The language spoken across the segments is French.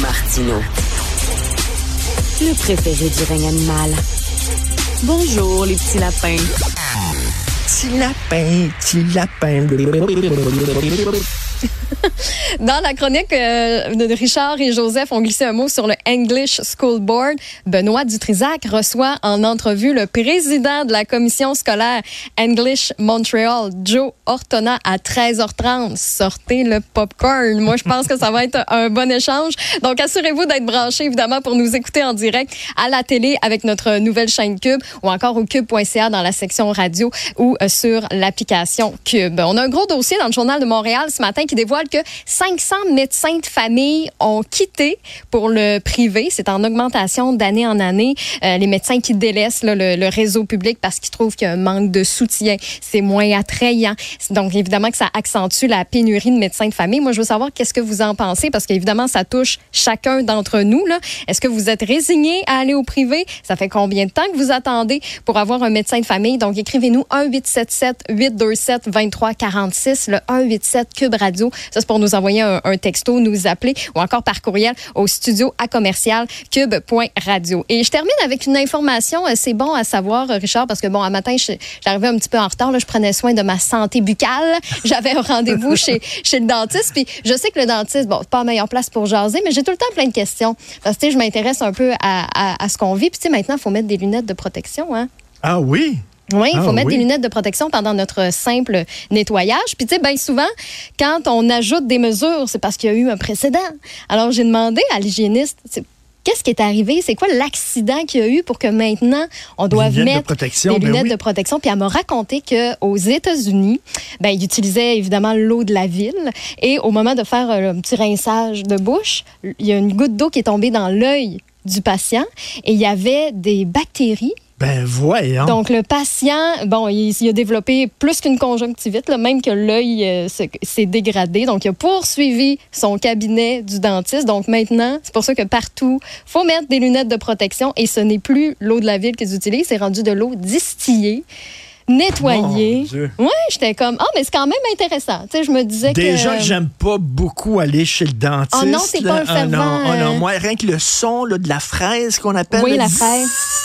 Martineau. Le préféré du règne animal. Bonjour, les petits lapins. Petit lapin, petit lapin. Dans la chronique de Richard et Joseph ont glissé un mot sur le English School Board. Benoît Dutrisac reçoit en entrevue le président de la commission scolaire English Montreal, Joe Ortona, à 13h30. Sortez le popcorn. Moi, je pense que ça va être un bon échange. Donc, assurez-vous d'être branchés, évidemment, pour nous écouter en direct à la télé avec notre nouvelle chaîne Cube ou encore au cube.ca dans la section radio ou sur l'application Cube. On a un gros dossier dans le Journal de Montréal ce matin qui dévoile que 500 médecins de famille ont quitté pour le privé. C'est en augmentation d'année en année. Les médecins qui délaissent le réseau public parce qu'ils trouvent qu'il y a un manque de soutien. C'est moins attrayant. Donc, évidemment que ça accentue la pénurie de médecins de famille. Moi, je veux savoir qu'est-ce que vous en pensez parce qu'évidemment, ça touche chacun d'entre nous, là. Est-ce que vous êtes résigné à aller au privé? Ça fait combien de temps que vous attendez pour avoir un médecin de famille? Donc, écrivez-nous 1-877-827-2346, le 187-CUBE-RADIO. Ça, c'est pour nous envoyer un texto, nous appeler ou encore par courriel au studio@commercialcube.radio. Et je termine avec une information, c'est bon à savoir, Richard, parce que bon, un matin, j'arrivais un petit peu en retard, là, je prenais soin de ma santé buccale. J'avais un rendez-vous chez le dentiste, puis je sais que le dentiste, bon, c'est pas la meilleure place pour jaser, mais j'ai tout le temps plein de questions. Parce que, tu sais, je m'intéresse un peu à ce qu'on vit, puis tu sais, maintenant, il faut mettre des lunettes de protection, hein? Ah oui? Oui, il faut mettre des lunettes de protection pendant notre simple nettoyage. Puis, tu sais, bien souvent, quand on ajoute des mesures, c'est parce qu'il y a eu un précédent. Alors, j'ai demandé à l'hygiéniste, qu'est-ce qui est arrivé? C'est quoi l'accident qu'il y a eu pour que maintenant, on doive mettre des lunettes de protection? Puis, elle m'a raconté qu'aux États-Unis, ils utilisaient évidemment l'eau de la ville. Et au moment de faire un petit rinçage de bouche, il y a une goutte d'eau qui est tombée dans l'œil du patient et il y avait des bactéries. Ben voyons. Donc, le patient, bon, il a développé plus qu'une conjonctivite, là, même que l'œil s'est dégradé. Donc, il a poursuivi son cabinet du dentiste. Donc, maintenant, c'est pour ça que partout, il faut mettre des lunettes de protection et ce n'est plus l'eau de la ville qu'ils utilisent, c'est rendu de l'eau distillée. Nettoyer. Oui, j'étais comme, mais c'est quand même intéressant. Tu sais, je me disais Déjà que j'aime pas beaucoup aller chez le dentiste. Oh non, c'est pas un fervent. Non, moi, rien que le son là, de la fraise qu'on appelle. Oui, la fraise.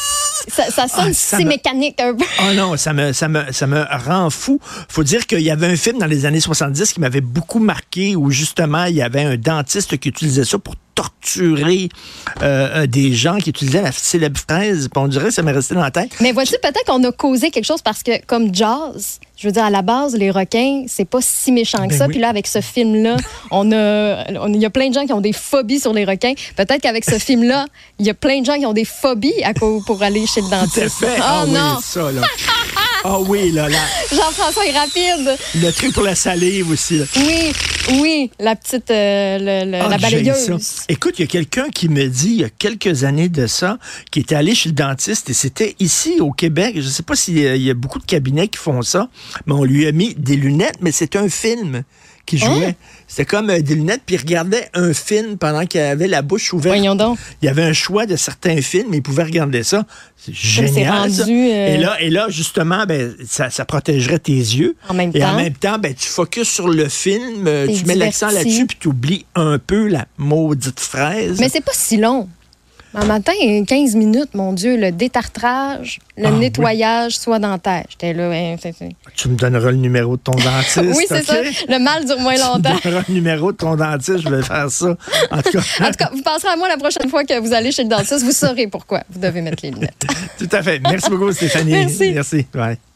Ça sonne si mécanique un peu. Oh non, ça me rend fou. Faut dire qu'il y avait un film dans les années 70 qui m'avait beaucoup marqué où justement, il y avait un dentiste qui utilisait ça pour torturer des gens qui utilisaient la célèbre fraise. Puis on dirait que ça m'est resté dans la tête. Mais vois-tu, peut-être qu'on a causé quelque chose parce que, comme Jaws, je veux dire, à la base, les requins, c'est pas si méchant que ça. Oui. Puis là, avec ce film-là, il y a plein de gens qui ont des phobies sur les requins. Peut-être qu'avec ce film-là, il y a plein de gens qui ont des phobies pour aller chez le dentiste. Tout à fait. Non. Oui, ça, là. Ah oui, là. Jean-François est rapide. Le truc pour la salive aussi. Là. Oui, la petite, la balayeuse. Écoute, il y a quelqu'un qui me dit, il y a quelques années de ça, qui était allé chez le dentiste et c'était ici au Québec. Je ne sais pas s'il y a beaucoup de cabinets qui font ça, mais on lui a mis des lunettes, mais c'est un film qui jouait. C'était comme des lunettes, puis il regardait un film pendant qu'il avait la bouche ouverte. Voyons donc. Il y avait un choix de certains films, mais il pouvait regarder ça. C'est génial, ça. Et là, justement, ça protégerait tes yeux. En même temps, tu focuses sur le film, tu mets l'accent là-dessus, puis tu oublies un peu la maudite fraise. Mais c'est pas si long. Un matin, 15 minutes, mon Dieu, le détartrage, le nettoyage soit dentaire. J'étais là. Tu me donneras le numéro de ton dentiste. Oui, c'est ça. Le mal dure moins longtemps. Tu me donneras le numéro de ton dentiste, je vais faire ça. En tout cas, vous penserez à moi la prochaine fois que vous allez chez le dentiste, vous saurez pourquoi vous devez mettre les lunettes. Tout à fait. Merci beaucoup, Stéphanie. Merci. Ouais.